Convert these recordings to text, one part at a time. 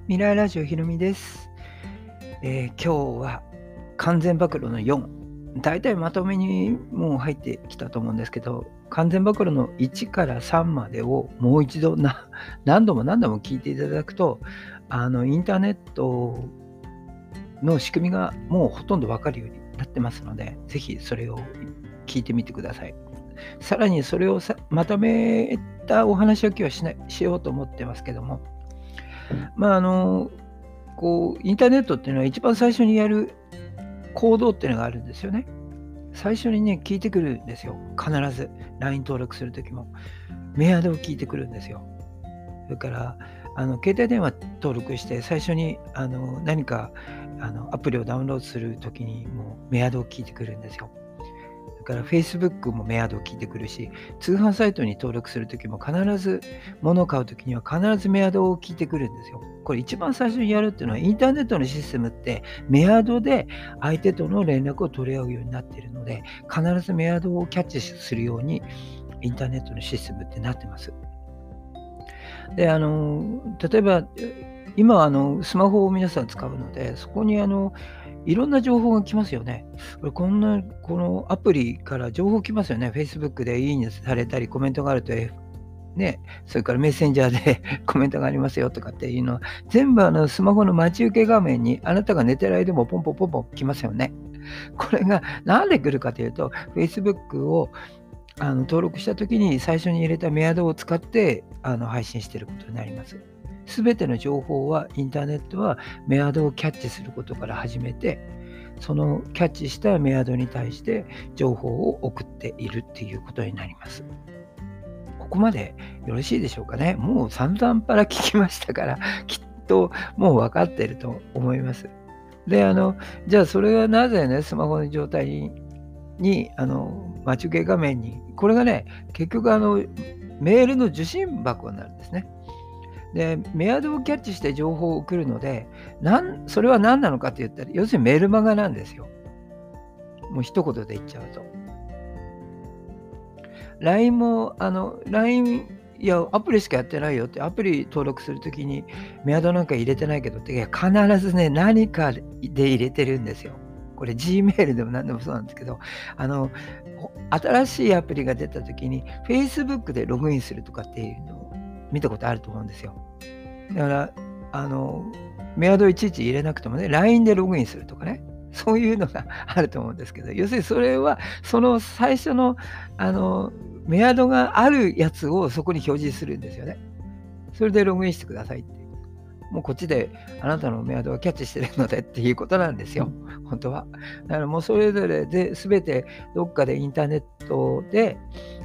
未来ラジオひろみです。今日は完全暴露の4。大体まとめにもう入ってきたと思うんですけど、完全暴露の1から3までをもう一度何度も聞いていただくと、インターネットの仕組みがもうほとんどわかるようになってますので、ぜひそれを聞いてみてください。さらにそれをまとめたお話を今日はしようと思ってますけども、インターネットっていうのは一番最初にやる行動っていうのがあるんですよね。最初にね、聞いてくるんですよ。必ず。LINE 登録するときも。メアドを聞いてくるんですよ。それから、携帯電話登録して、最初に何かアプリをダウンロードするときにもうメアドを聞いてくるんですよ。それから Facebook もメアドを聞いてくるし、通販サイトに登録するときも必ず、物を買うときには必ずメアドを聞いてくるんですよ。これ一番最初にやるっていうのは、インターネットのシステムってメアドで相手との連絡を取り合うようになっているので、必ずメアドをキャッチするようにインターネットのシステムってなってます。で、例えば、今はスマホを皆さん使うので、そこにいろんな情報が来ますよね。このアプリから情報来ますよね。Facebook でいいねされたり、コメントがあると、ね、それからメッセンジャーでコメントがありますよとかっていうのは、全部スマホの待ち受け画面にあなたが寝てる間もポンポンポンポン来ますよね。これがなんで来るかというと、Facebook を登録したときに最初に入れたメアドを使って配信していることになります。すべての情報はインターネットはメアドをキャッチすることから始めて、そのキャッチしたメアドに対して情報を送っているっていうことになります。ここまでよろしいでしょうかね。もう散々パラ聞きましたから、きっともう分かっていると思います。で、じゃあそれはなぜね、スマホの状態に待ち受け画面に、これがね、結局メールの受信箱になるんですね。で、メアドをキャッチして情報を送るので、それは何なのかって言ったら、要するにメルマガなんですよ。もう一言で言っちゃうと。LINE も、LINE、いや、アプリしかやってないよって、アプリ登録するときにメアドなんか入れてないけどって、いや、必ずね、何かで入れてるんですよ。これ Gmail でも何でもそうなんですけど、新しいアプリが出たときに Facebook でログインするとかっていうのを見たことあると思うんですよ。だから、メアドいちいち入れなくてもね、LINE でログインするとかね、そういうのがあると思うんですけど、要するにそれは、その最初の、メアドがあるやつをそこに表示するんですよね。それでログインしてくださいっていう。もうこっちであなたのメアドはキャッチしてるのでっていうことなんですよ、本当は。だからもうそれぞれで全てどっかでインターネットで、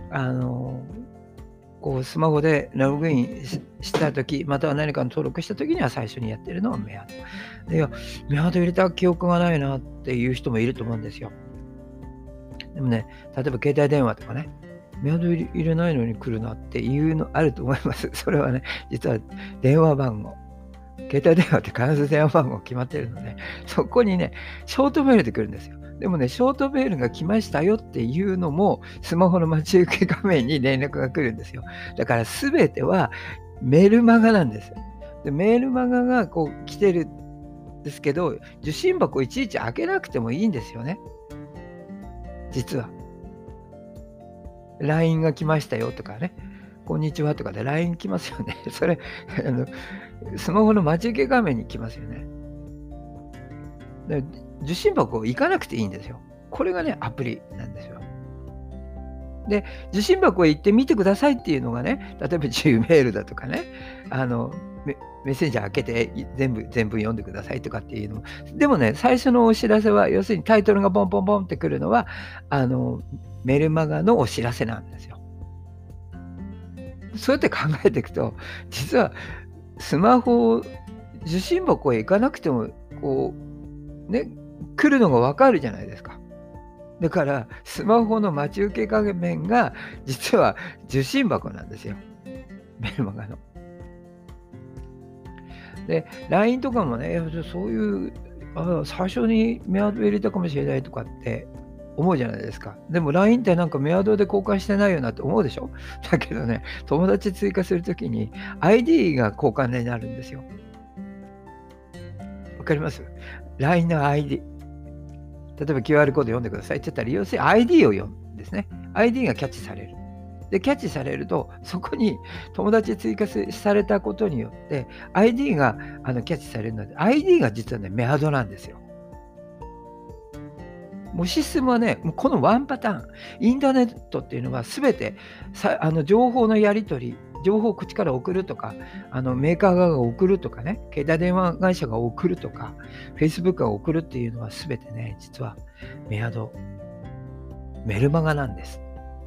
スマホでログインしたとき、または何かの登録したときには最初にやってるのはメアド。いや、メアド入れた記憶がないなっていう人もいると思うんですよ。でもね、例えば携帯電話とかね、メアド入れないのに来るなっていうのあると思います。それはね、実は電話番号。携帯電話って必ず電話番号決まってるので、そこにね、ショートメールで来るんですよ。でもね、ショートメールが来ましたよっていうのも、スマホの待ち受け画面に連絡が来るんですよ。だから全てはメルマガなんですよ。で、メールマガが来てるんですけど、受信箱いちいち開けなくてもいいんですよね。実は。LINE が来ましたよとかね、こんにちはとかで LINE 来ますよね。それ、スマホの待ち受け画面に来ますよね。で、受信箱行かなくていいんですよ。これがね、アプリなんですよ。で、受信箱へ行ってみてくださいっていうのがね、例えば Gmail だとかね、メッセンジャー開けて全部読んでくださいとかっていうのも、でもね、最初のお知らせは、要するにタイトルがボンボンボンってくるのは、メルマガのお知らせなんですよ。そうやって考えていくと、実はスマホ、受信箱へ行かなくても、ね、来るのがわかるじゃないですか。だから、スマホの待ち受け画面が、実は受信箱なんですよ。メルマガの。で、LINE とかもね、そういう、最初にメアド入れたかもしれないとかって思うじゃないですか。でも LINE ってなんかメアドで交換してないよなって思うでしょ？だけどね、友達追加するときに ID が交換になるんですよ。 かります？ LINE の ID。例えば QR コード読んでくださいって言ったら、要するに ID を読むんですね。ID がキャッチされる。で、キャッチされると、そこに友達追加されたことによって、ID がキャッチされるので、ID が実はね、メアドなんですよ。もうシステムはね、もうこのワンパターン、インターネットっていうのはすべて情報のやり取り、情報を口から送るとか、メーカー側が送るとかね、携帯電話会社が送るとか、Facebook が送るっていうのはすべてね、実はメアド、メルマガなんです。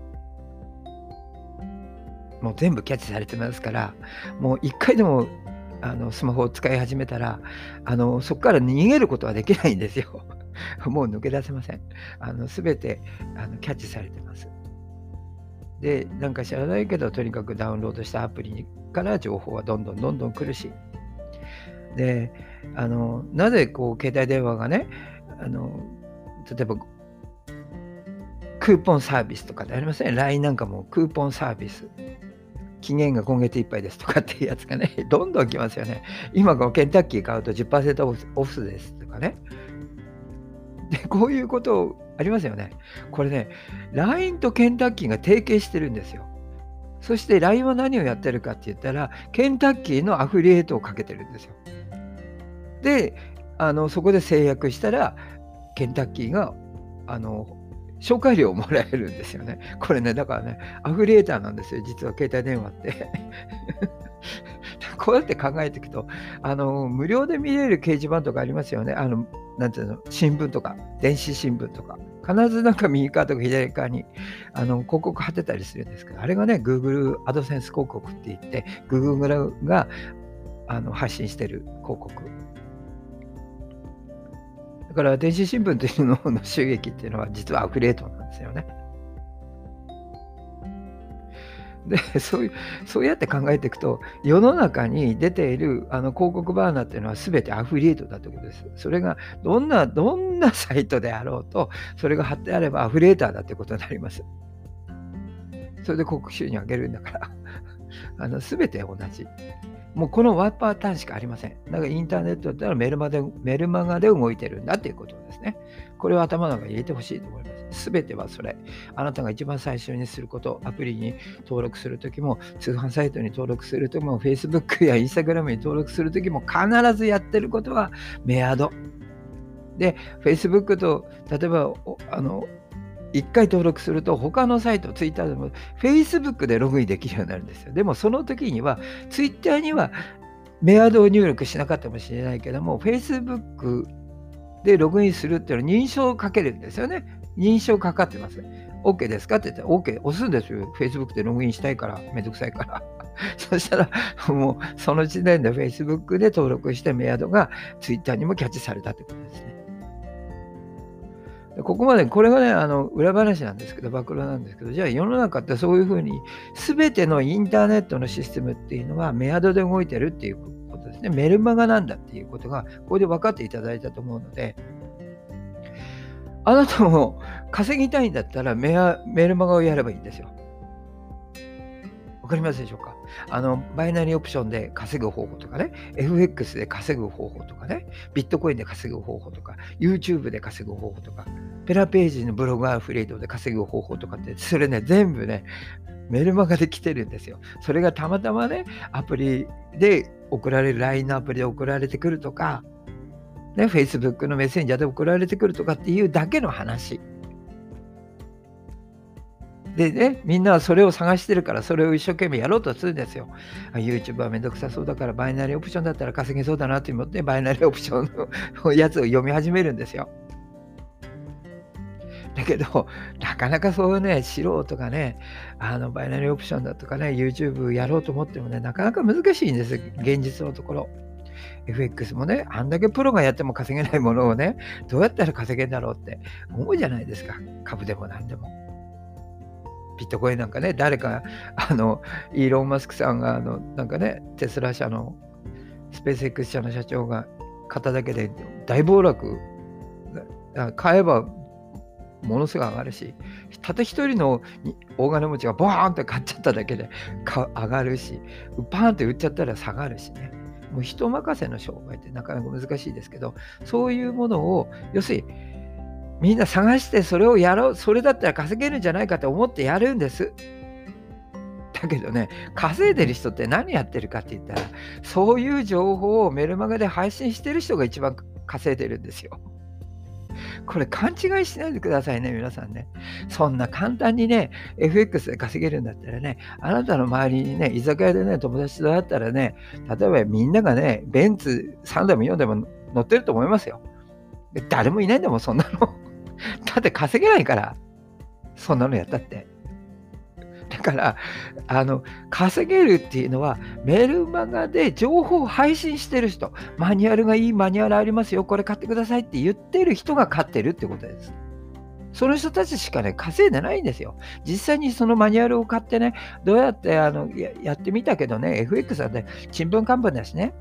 もう全部キャッチされてますから、もう一回でもスマホを使い始めたら、そこから逃げることはできないんですよ。もう抜け出せません。すべてキャッチされてます。で、なんか知らないけど、とにかくダウンロードしたアプリから情報はどんどん来るし。で、なぜこう携帯電話がね、例えばクーポンサービスとかでありますね。LINE なんかもクーポンサービス。期限が今月いっぱいですとかっていうやつがね、どんどん来ますよね。今このケンタッキー買うと 10% オフですとかね。で、こういうことありますよね。これね、LINE とケンタッキーが提携してるんですよ。そして LINE は何をやってるかって言ったら、ケンタッキーのアフリエイトをかけてるんですよ。で、そこで制約したら、ケンタッキーが、紹介料をもらえるんですよね。これね、だからね、アフリエーターなんですよ、実は携帯電話って。こうやって考えていくと、無料で見れる掲示板とかありますよね。なんていうの、新聞とか、電子新聞とか。必ずなんか右側とか左側に広告貼ってたりするんですけど、あれがね、Google AdSense 広告って言って、Google が発信してる広告。だから電子新聞というのの収益っていうのは実はアフィリエイトなんですよね。で、そうやって考えていくと、世の中に出ている広告バーナーっていうのは全てアフィリエイトだということです。それがどんなサイトであろうと、それが貼ってあればアフィリエイターだということになります。それで広告収入を上げるんだから、全て同じ。もうこのワンパターンしかありません。だからインターネットだったらメルマガで動いてるんだっていうことですね。これを頭の中に入れてほしいと思います。すべてはそれ。あなたが一番最初にすること、アプリに登録するときも、通販サイトに登録するときも、Facebook や Instagram に登録するときも、必ずやってることはメアド。で、Facebook と、例えば、1回登録すると他のサイト、Twitter でも Facebook でログインできるようになるんですよ。でもその時には Twitter にはメアドを入力しなかったかもしれないけども Facebook でログインするっていうのは認証をかけるんですよね。認証かかってます。OK ですかって言ったら OK 押すんですよ。Facebook でログインしたいからめんどくさいから。そしたらもうその時点で Facebook で登録してメアドが Twitter にもキャッチされたってことですね。ここまで、これがね、裏話なんですけど、暴露なんですけど、じゃあ世の中ってそういうふうに、すべてのインターネットのシステムっていうのはメアドで動いてるっていうことですね。メルマガなんだっていうことが、これで分かっていただいたと思うので、あなたも稼ぎたいんだったらメルマガをやればいいんですよ。わかりますでしょうか？バイナリーオプションで稼ぐ方法とかね、FX で稼ぐ方法とかね、ビットコインで稼ぐ方法とか、YouTube で稼ぐ方法とか、ペラページのブログアフィリエイトで稼ぐ方法とかって、それね、全部ね、メルマガで来てるんですよ。それがたまたまね、アプリで送られる、LINE のアプリで送られてくるとか、ね、Facebook のメッセンジャーで送られてくるとかっていうだけの話。でね、みんなはそれを探してるから、それを一生懸命やろうとするんですよ。YouTube はめんどくさそうだから、バイナリーオプションだったら稼げそうだなと思って、バイナリーオプションのやつを読み始めるんですよ。だけど、なかなかそういうね、素人がね、バイナリーオプションだとかね、YouTube やろうと思ってもね、なかなか難しいんです、現実のところ。FX もね、あんだけプロがやっても稼げないものをね、どうやったら稼げんだろうって思うじゃないですか。株でも何でも。ビットコインなんかね、誰か、イーロン・マスクさんが、なんかね、テスラ社の、スペース X 社の社長が買っただけで大暴落、買えばものすごい上がるし、たった一人の大金持ちがボーンって買っちゃっただけで上がるし、パーンって売っちゃったら下がるしね。 もう人任せの商売ってなかなか難しいですけど、そういうものを要するにみんな探してそれをやろう、それだったら稼げるんじゃないかと思ってやるんです。だけどね、稼いでる人って何やってるかって言ったら、そういう情報をメルマガで配信してる人が一番稼いでるんですよ。これ勘違いしないでくださいね、皆さんね。そんな簡単にね、FX で稼げるんだったらね、あなたの周りにね、居酒屋でね、友達と会ったらね、例えばみんながね、ベンツ3台も4台も乗ってると思いますよ。誰もいないんだもん、そんなの。だって稼げないから、そんなのやったって。だから、稼げるっていうのは、メルマガで情報を配信してる人、マニュアルがいいマニュアルありますよ、これ買ってくださいって言ってる人が買ってるってことです。その人たちしかね、稼いでないんですよ。実際にそのマニュアルを買ってね、どうやってやってみたけどね、FX はね、ちんぷんかんぷんだしね。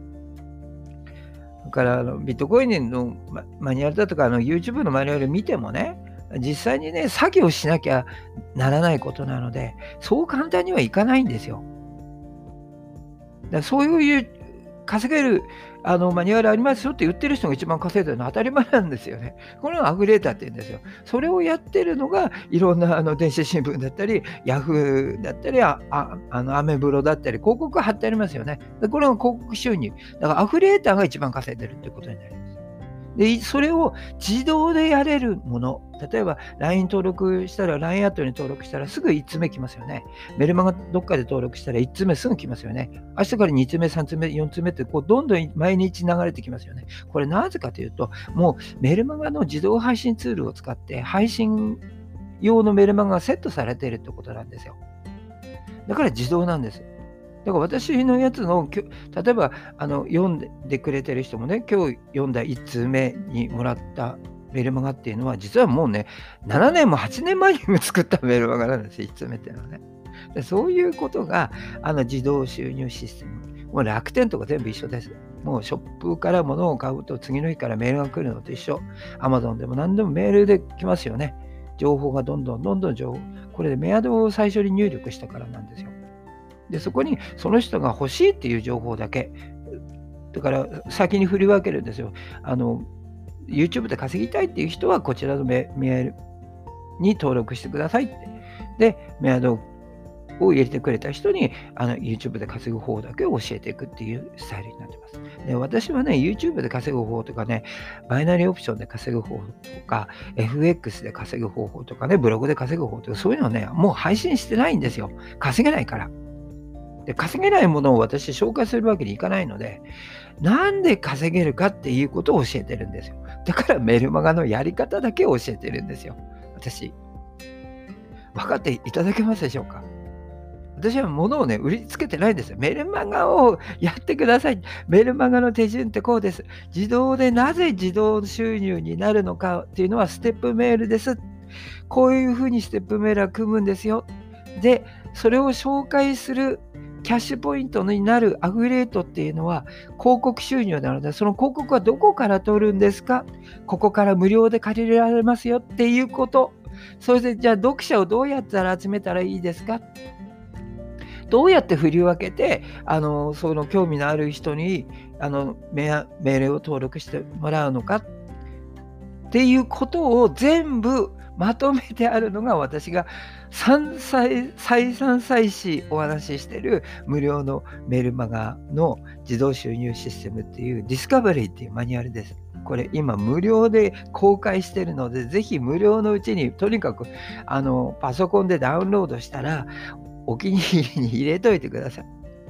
だからビットコインのマニュアルだとか、YouTube のマニュアル見てもね、実際にね、作業しなきゃならないことなので、そう簡単にはいかないんですよ。だからそういう稼げるマニュアルありますよって言ってる人が一番稼いでるのは当たり前なんですよね。これがアフレーターって言うんですよ。それをやってるのがいろんな電子新聞だったり、ヤフーだったり、アメブロだったり、広告が貼ってありますよね。でこれが広告収入。だからアフレーターが一番稼いでるってことになります。で、それを自動でやれるもの。例えば LINE 登録したら LINE アットに登録したらすぐ1つ目来ますよね。メルマガどっかで登録したら1つ目すぐ来ますよね。明日から2つ目、3つ目、4つ目ってこうどんどん毎日流れてきますよね。これなぜかというと、もうメルマガの自動配信ツールを使って配信用のメルマガがセットされているってことなんですよ。だから自動なんです。だから私のやつの例えば読んでくれてる人もね、今日読んだ1通目にもらったメルマガっていうのは、実はもうね、7年も8年前にも作ったメルマガなんですよ、1通目っていうのはね。でそういうことが自動収入システム。もう楽天とか全部一緒です。もうショップから物を買うと次の日からメールが来るのと一緒。Amazon でも何でもメールで来ますよね。情報がどんどん情報。これでメアドを最初に入力したからなんですよ。で、そこにその人が欲しいっていう情報だけ、だから先に振り分けるんですよ。YouTube で稼ぎたいっていう人はこちらのメールに登録してくださいって。で、メアドを入れてくれた人にYouTube で稼ぐ方法だけを教えていくっていうスタイルになってます。で、私はね、YouTube で稼ぐ方法とかね、バイナリーオプションで稼ぐ方法とか、FX で稼ぐ方法とかね、ブログで稼ぐ方法とか、そういうのね、もう配信してないんですよ。稼げないから。で、稼げないものを私紹介するわけにいかないので、なんで稼げるかっていうことを教えてるんですよ。だからメルマガのやり方だけを教えてるんですよ。私。分かっていただけますでしょうか？私は物をね、売りつけてないんですよ。メルマガをやってください。メルマガの手順ってこうです。自動でなぜ自動収入になるのかっていうのはステップメールです。こういうふうにステップメールは組むんですよ。で、それを紹介するキャッシュポイントになるアフィリエイトっていうのは広告収入なので、その広告はどこから取るんですか？ここから無料で借りられますよっていうこと。それでじゃあ読者をどうやったら集めたらいいですか？どうやって振り分けて、その興味のある人に命令を登録してもらうのかっていうことを全部まとめてあるのが、私が再三再四お話ししている無料のメルマガの自動収入システムっていうディスカバリーっていうマニュアルです。これ今無料で公開しているので、ぜひ無料のうちにとにかくパソコンでダウンロードしたらお気に入りに入れといてください。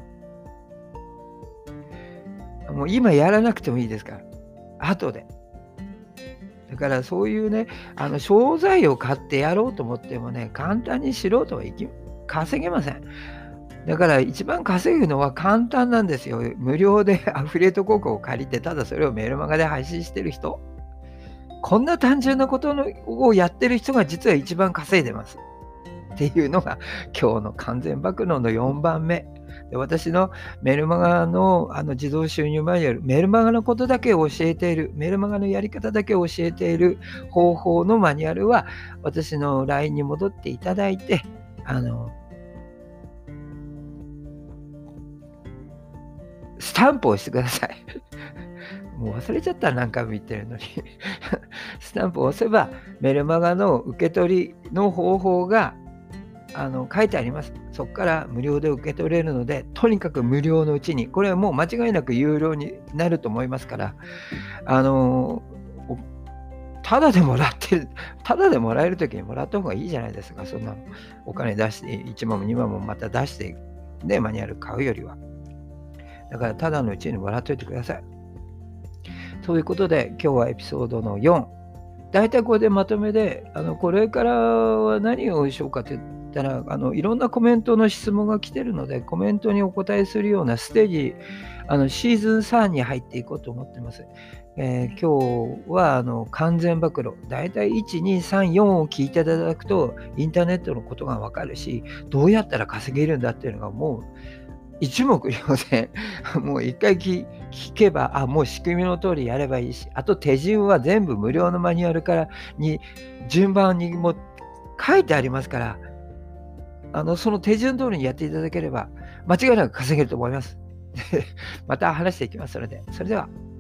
もう今やらなくてもいいですから。後で。だからそういうね、商材を買ってやろうと思ってもね、簡単に素人は稼げません。だから一番稼ぐのは簡単なんですよ。無料でアフィリエイト広告を借りて、ただそれをメルマガで配信してる人。こんな単純なことをやってる人が実は一番稼いでます。っていうのが今日の完全暴露の4番目。で、私のメルマガの自動収入マニュアル、メルマガのことだけを教えている、メルマガのやり方だけを教えている方法のマニュアルは、私の LINE に戻っていただいて、スタタンプを押してください。もう忘れちゃったら何回も言ってるのに。スタンプを押せばメルマガの受け取りの方法が書いてあります。そこから無料で受け取れるので、とにかく無料のうちに、これはもう間違いなく有料になると思いますから、ただでもらえるときにもらった方がいいじゃないですか。そんなお金出して1万も2万もまた出してでマニュアル買うよりは。だからただのうちにもらっといてください。そういうことで今日はエピソードの4。だいたいこれでまとめで、これからは何をしようかって言ったら、いろんなコメントの質問が来てるので、コメントにお答えするようなステージ、シーズン3に入っていこうと思ってます。今日は完全暴露、だいたい1、2、3、4を聞いていただくと、インターネットのことがわかるし、どうやったら稼げるんだっていうのがもう一目瞭然。もう一回聞けば、もう仕組みの通りやればいいし、あと手順は全部無料のマニュアルから順番にも書いてありますから、その手順通りにやっていただければ、間違いなく稼げると思います。また話していきますので、それでは。